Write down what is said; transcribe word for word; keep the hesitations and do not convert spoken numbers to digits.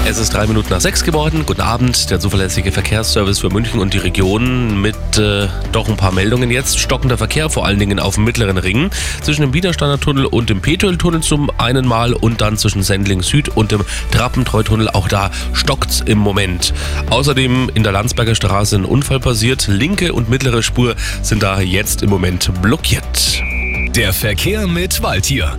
Es ist drei Minuten nach sechs geworden. Guten Abend, der zuverlässige Verkehrsservice für München und die Region mit äh, doch ein paar Meldungen jetzt. Stockender Verkehr, vor allen Dingen auf dem Mittleren Ring. Zwischen dem Widersteiner Tunnel und dem Petueltunnel zum einen Mal und dann zwischen Sendling Süd und dem Trappentreutunnel. Auch da stockt's im Moment. Außerdem in der Landsberger Straße ein Unfall passiert. Linke und mittlere Spur sind da jetzt im Moment blockiert. Der Verkehr mit Waldtier.